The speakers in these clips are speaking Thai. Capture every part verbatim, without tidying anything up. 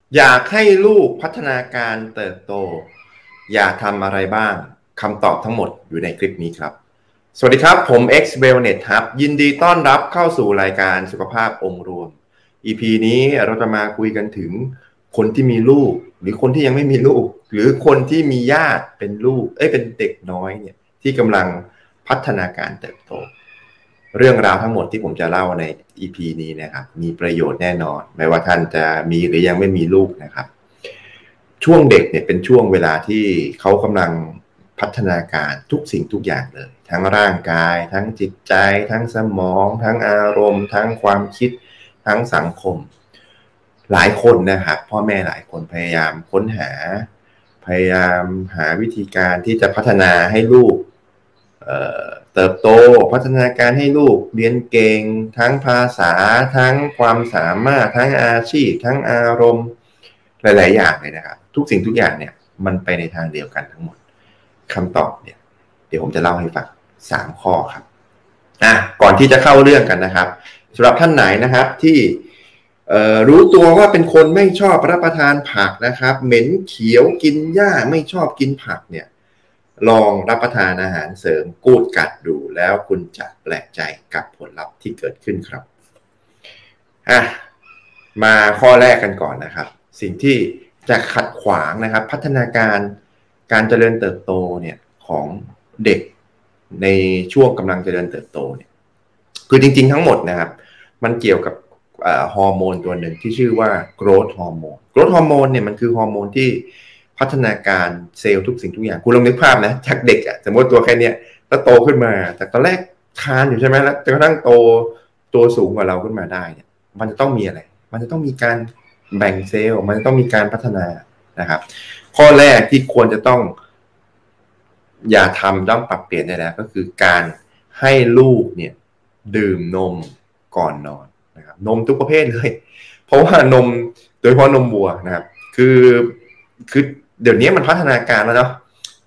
อยากให้ลูกพัฒนาการเติบโตอยากทำอะไรบ้างคำตอบทั้งหมดอยู่ในคลิปนี้ครับสวัสดีครับผม X Wellness ครับยินดีต้อนรับเข้าสู่รายการสุขภาพองค์รวม อี พี นี้เราจะมาคุยกันถึงคนที่มีลูกหรือคนที่ยังไม่มีลูกหรือคนที่มีญาติเป็นลูกเอ้ยเป็นเด็กน้อยเนี่ยที่กำลังพัฒนาการเติบโตเรื่องราวทั้งหมดที่ผมจะเล่าใน อี พี นี้นะครับมีประโยชน์แน่นอนไม่ว่าท่านจะมีหรือยังไม่มีลูกนะครับช่วงเด็กเนี่ยเป็นช่วงเวลาที่เขากำลังพัฒนาการทุกสิ่งทุกอย่างเลยทั้งร่างกายทั้งจิตใจทั้งสมองทั้งอารมณ์ทั้งความคิดทั้งสังคมหลายคนนะครับพ่อแม่หลายคนพยายามค้นหาพยายามหาวิธีการที่จะพัฒนาให้ลูกเอ่อเติบโตพัฒนาการให้ลูกเรียนเก่งทั้งภาษาทั้งความสามารถทั้งอาชีพทั้งอารมณ์หลายๆอย่างเลยนะครับทุกสิ่งทุกอย่างเนี่ยมันไปในทางเดียวกันทั้งหมดคำตอบเนี่ยเดี๋ยวผมจะเล่าให้ฟังสามข้อครับอ่ะก่อนที่จะเข้าเรื่องกันนะครับสำหรับท่านไหนนะครับที่รู้ตัวว่าเป็นคนไม่ชอบรับประทานผักนะครับเหม็นเขียวกินหญ้าไม่ชอบกินผักเนี่ยลองรับประทานอาหารเสริมกูดกัดดูแล้วคุณจะแปลกใจกับผลลัพธ์ที่เกิดขึ้นครับอ่ะมาข้อแรกกันก่อนนะครับสิ่งที่จะขัดขวางนะครับพัฒนาการการเจริญเติบโตเนี่ยของเด็กในช่วงกำลังเจริญเติบโตเนี่ยคือจริงๆทั้งหมดนะครับมันเกี่ยวกับฮอร์โมนตัวหนึ่งที่ชื่อว่า growth hormone growth hormone เนี่ยมันคือฮอร์โมนที่พัฒนาการเซลล์ทุกสิ่งทุกอย่างคุณลองนึกภาพนะจากเด็กอะสมมติตัวแค่นี้แล้วโตขึ้นมาจากตอนแรกคานอยู่ใช่ไหมแล้วจนกระทั่งโตตัวสูงกว่าเราขึ้นมาได้เนี่ยมันจะต้องมีอะไรมันจะต้องมีการแบ่งเซลล์มันจะต้องมีการพัฒนานะครับข้อแรกที่ควรจะต้องอย่าทำต้องปรับเปลี่ยนได้แล้วก็คือการให้ลูกเนี่ยดื่มนมก่อนนอนนะครับนมทุกประเภทเลยเพราะว่านมโดยเฉพาะนมวัวนะครับคือคือเดี๋ยวนี้มันพัฒนาการแล้วเนาะ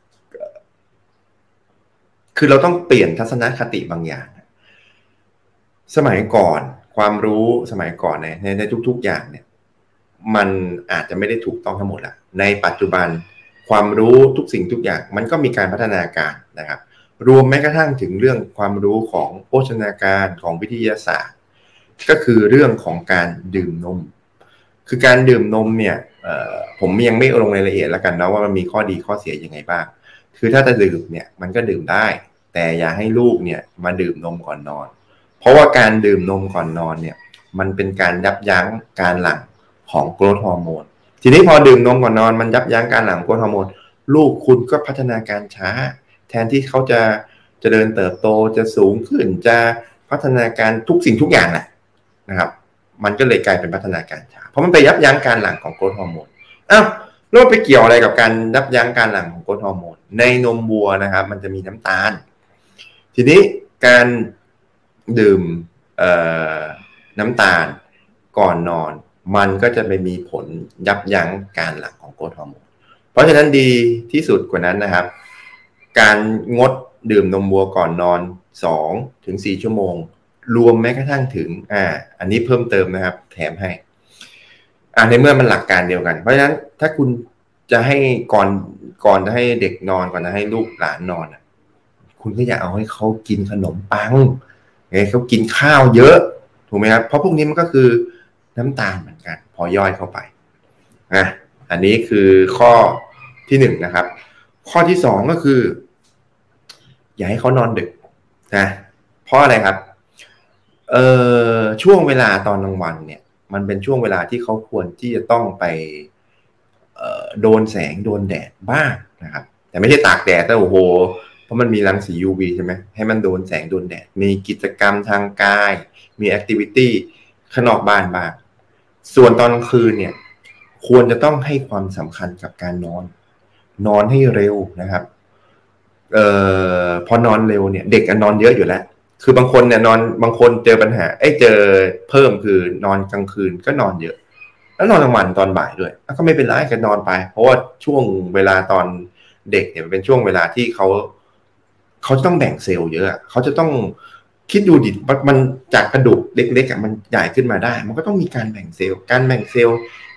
คือเราต้องเปลี่ยนทัศนคติบางอย่างสมัยก่อนความรู้สมัยก่อนในในทุกๆอย่างเนี่ยมันอาจจะไม่ได้ถูกต้องทั้งหมดละในปัจจุบันความรู้ทุกสิ่งทุกอย่างมันก็มีการพัฒนาการนะครับรวมแม้กระทั่งถึงเรื่องความรู้ของโภชนาการของวิทยาศาสตร์ก็คือเรื่องของการดื่มนมคือการดื่มนมเนี่ยผมยังไม่ลงรายละเอียดแล้วกันนะว่ามันมีข้อดีข้อเสียยังไงบ้างคือถ้าจะดื่มเนี่ยมันก็ดื่มได้แต่อย่าให้ลูกเนี่ยมาดื่มนมก่อนนอนเพราะว่าการดื่มนมก่อนนอนเนี่ยมันเป็นการยับยั้งการหลั่งของโกรทฮอร์โมนทีนี้พอดื่มนมก่อนนอนมันยับยั้งการหลั่งโกรทฮอร์โมนลูกคุณก็พัฒนาการช้าแทนที่เขาจะจะเดินเติบโตจะสูงขึ้นจะพัฒนาการทุกสิ่งทุกอย่างแหละนะครับมันก็เลยกลายเป็นพัฒนาการช้าเพราะมันไปยับยั้งการหลั่งของโกรทฮอร์โมนอ้าวแล้วไปเกี่ยวอะไรกับการยับยั้งการหลั่งของโกรทฮอร์โมนในนมวัวนะครับมันจะมีน้ำตาลทีนี้การดื่มน้ำตาลก่อนนอนมันก็จะไปมีผลยับยั้งการหลั่งของโกรทฮอร์โมนเพราะฉะนั้นดีที่สุดกว่านั้นนะครับการงดดื่มนมวัวก่อนนอน สองถึงสี่ ชั่วโมงรวมแม้กระทั่งถึงอ่าอันนี้เพิ่มเติมนะครับแถมให้อ่าในเมื่อมันหลักการเดียวกันเพราะฉะนั้นถ้าคุณจะให้ก่อนก่อนจะให้เด็กนอนก่อนจะให้ลูกหลานนอนคุณก็อย่าเอาให้เขากินขนมปังให้เขากินข้าวเยอะถูกไหมครับเพราะพวกนี้มันก็คือน้ำตาลเหมือนกันพอย่อยเข้าไปนะอันนี้คือข้อที่หนึ่งนะครับข้อที่สองก็คืออย่าให้เขานอนดึกนะเพราะอะไรครับเอ่อช่วงเวลาตอนกลางวันเนี่ยมันเป็นช่วงเวลาที่เขาควรที่จะต้องไปเอ่อโดนแสงโดนแดดบ้างนะครับแต่ไม่ใช่ตากแดดแต่โอ้โหเพราะมันมีรังสี ยู วี ใช่ไหมให้มันโดนแสงโดนแดดมีกิจกรรมทางกายมีแอคทิวิตี้ข้างนอกบ้านบ้างส่วนตอนกลางคืนเนี่ยควรจะต้องให้ความสำคัญกับการนอนนอนให้เร็วนะครับเอ่อพอนอนเร็วเนี่ยเด็กนอนเยอะอยู่แล้วคือบางคนเนี่ยนอนบางคนเจอปัญหาเอ้ยเจอเพิ่มคือนอนกลางคืนก็นอนเยอะแล้วนอนกลางวันตอนบ่ายด้วยก็ไม่เป็นไรก็นอนไปเพราะว่าช่วงเวลาตอนเด็กเนี่ยเป็นช่วงเวลาที่เขาเขาต้องแบ่งเซลล์เยอะเขาจะต้องคิดดูดิมันจากกระดูกเล็กๆอ่ะมันใหญ่ขึ้นมาได้มันก็ต้องมีการแบ่งเซลล์การแบ่งเซลล์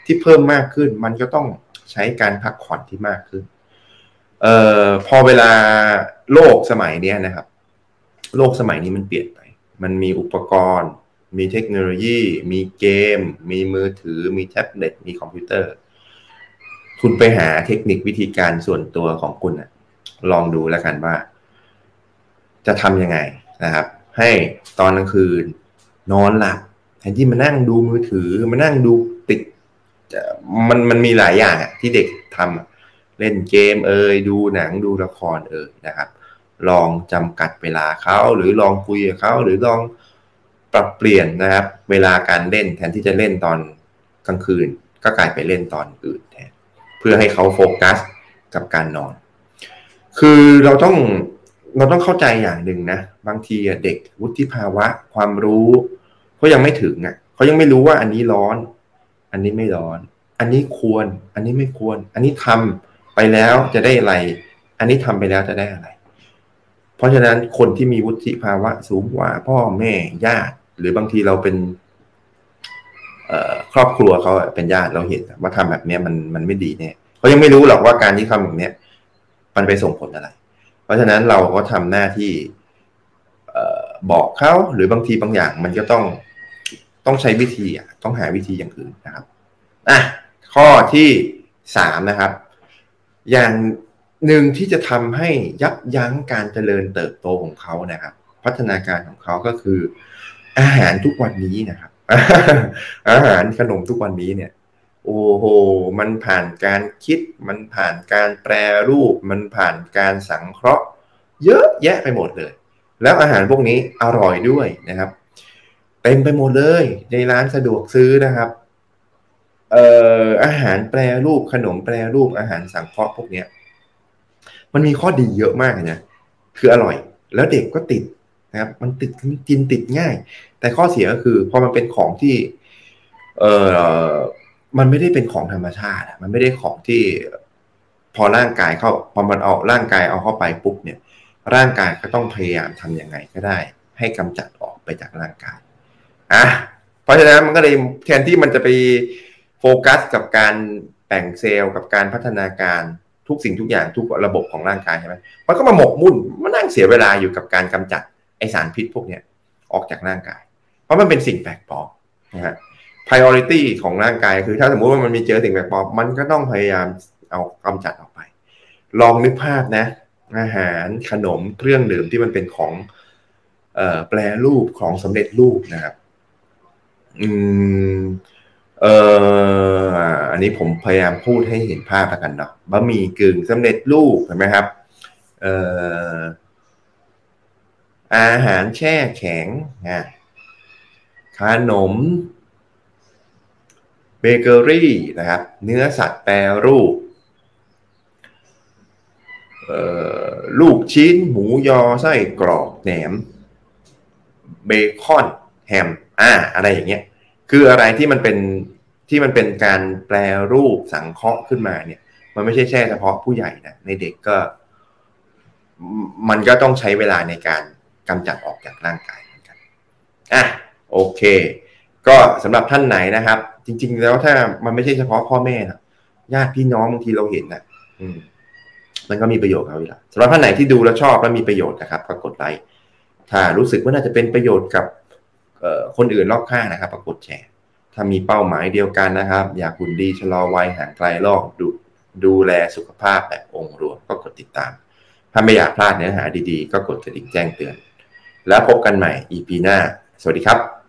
ที่เพิ่มมากขึ้นมันก็ต้องใช้การพักผ่อนที่มากขึ้นเอ่อพอเวลาโลกสมัยนี้นะครับโลกสมัยนี้มันเปลี่ยนไปมันมีอุปกรณ์มีเทคโนโลยีมีเกมมีมือถือมีแท็บเล็ตมีคอมพิวเตอร์คุณไปหาเทคนิควิธีการส่วนตัวของคุณนะลองดูแล้วกันว่าจะทำยังไงนะครับให้ตอนกลางคืนนอนหลับแทนที่มานั่งดูมือถือมานั่งดูติดมันมันมีหลายอย่างที่เด็กทำเล่นเกมเอ่ยดูหนังดูละครเอ่ยนะครับลองจำกัดเวลาเขาหรือลองคุยกับเขาหรือลองปรับเปลี่ยนนะครับเวลาการเล่นแทนที่จะเล่นตอนกลางคืนก็กลายไปเล่นตอนอื่นแทนเพื่อให้เขาโฟกัสกับการนอนคือเราต้องเราต้องเข้าใจอย่างหนึ่งนะบางทีเด็กวุฒิภาวะความรู้เขายังไม่ถึงอ่ะเขายังไม่รู้ว่าอันนี้ร้อนอันนี้ไม่ร้อนอันนี้ควรอันนี้ไม่ควรอันนี้ทำไปแล้วจะได้อะไรอันนี้ทำไปแล้วจะได้อะไรเพราะฉะนั้นคนที่มีวุฒิภาวะสูงกว่าพ่อแม่ญาติหรือบางทีเราเป็นครอบครัวเขาเป็นญาติเราเห็นว่าทำแบบนี้มันมันไม่ดีเนี่ยเขายังไม่รู้หรอกว่าการที่ทำแบบนี้มันไปส่งผลอะไรเพราะฉะนั้นเราก็ทำหน้าที่บอกเขาหรือบางทีบางอย่างมันก็ต้องต้องใช้วิธีต้องหาวิธีอย่างอื่นนะครับอ่ะข้อที่สามนะครับอย่างหนึ่งที่จะทำให้ยับยั้งการเจริญเติบโตของเขานะครับพัฒนาการของเขาก็คืออาหารทุกวันนี้นะครับ อาหารขนมทุกวันนี้เนี่ยโอ้โหมันผ่านการคิดมันผ่านการแปรรูปมันผ่านการสังเคราะห์เยอะแยะไปหมดเลยแล้วอาหารพวกนี้อร่อยด้วยนะครับเต็มไปหมดเลยในร้านสะดวกซื้อนะครับเอ่ออาหารแปรรูปขนมแปรรูปอาหารสังเคราะห์พวกนี้มันมีข้อดีเยอะมากนะคืออร่อยแล้วเด็กก็ติดนะครับมันติดกินติดง่ายแต่ข้อเสียก็คือพอมันเป็นของที่เอ่อมันไม่ได้เป็นของธรรมชาติมันไม่ได้ของที่พอร่างกายเข้าพอมันเอาร่างกายเอาเข้าไปปุ๊บเนี่ยร่างกายก็ต้องพยายามทำยังไงก็ได้ให้กำจัดออกไปจากร่างกายอ่ะเพราะฉะนั้นมันก็เลยแทนที่มันจะไปโฟกัสกับการแต่งเซลล์กับการพัฒนาการทุกสิ่งทุกอย่างทุกระบบของร่างกายใช่ไหมมันก็มาหมกมุ่นมานั่งเสียเวลาอยู่กับการกำจัดไอสารพิษพวกนี้ออกจากร่างกายเพราะมันเป็นสิ่งแปลกปลอมนะฮะ priority ของร่างกายคือถ้าสมมติว่ามันมีเจอสิ่งแปลกปลอมมันก็ต้องพยายามเอากำจัดออกไปลองนึกภาพนะอาหารขนมเครื่องดื่มที่มันเป็นของเอ่อแปรรูปของสำเร็จรูปนะครับอืมเอ่ออันนี้ผมพยายามพูดให้เห็นภาพแล้วกันเนาะบะหมี่กึ่งสำเร็จรูปเห็นไหมครับเอ่ออาหารแช่แข็งนะขนมเบเกอรี่นะครับเนื้อสัตว์แปรรูปลูกชิ้นหมูยอไส้กรอกแหนมเบคอนแฮมอ่าอะไรอย่างเงี้ยคืออะไรที่มันเป็นที่มันเป็นการแปรรูปสังเคราะห์ขึ้นมาเนี่ยมันไม่ใช่แค่เฉพาะผู้ใหญ่นะในเด็กก็มันก็ต้องใช้เวลาในการกำจัดออกจากร่างกายเหมือนกันอ่ะโอเคก็สำหรับท่านไหนนะครับจริงๆแล้วถ้ามันไม่ใช่เฉพาะพ่อแม่นะญาติพี่น้องบางทีเราเห็นนะอืมมันก็มีประโยชน์กับเราอยู่แล้วสำหรับท่านไหนที่ดูแล้วชอบและมีประโยชน์นะครับก็กดไลค์ถ้ารู้สึกว่าน่าจะเป็นประโยชน์กับคนอื่นรอบข้างนะครับก็กดแชร์ถ้ามีเป้าหมายเดียวกันนะครับอยากหุ่นดีชะลอวัยห่างไกลโรคดูดูแลสุขภาพแบบองค์รวมก็กดติดตามถ้าไม่อยากพลาดเนื้อหาดีๆก็กดกระดิ่งแจ้งเตือนแล้วพบกันใหม่ อี พี หน้าสวัสดีครับ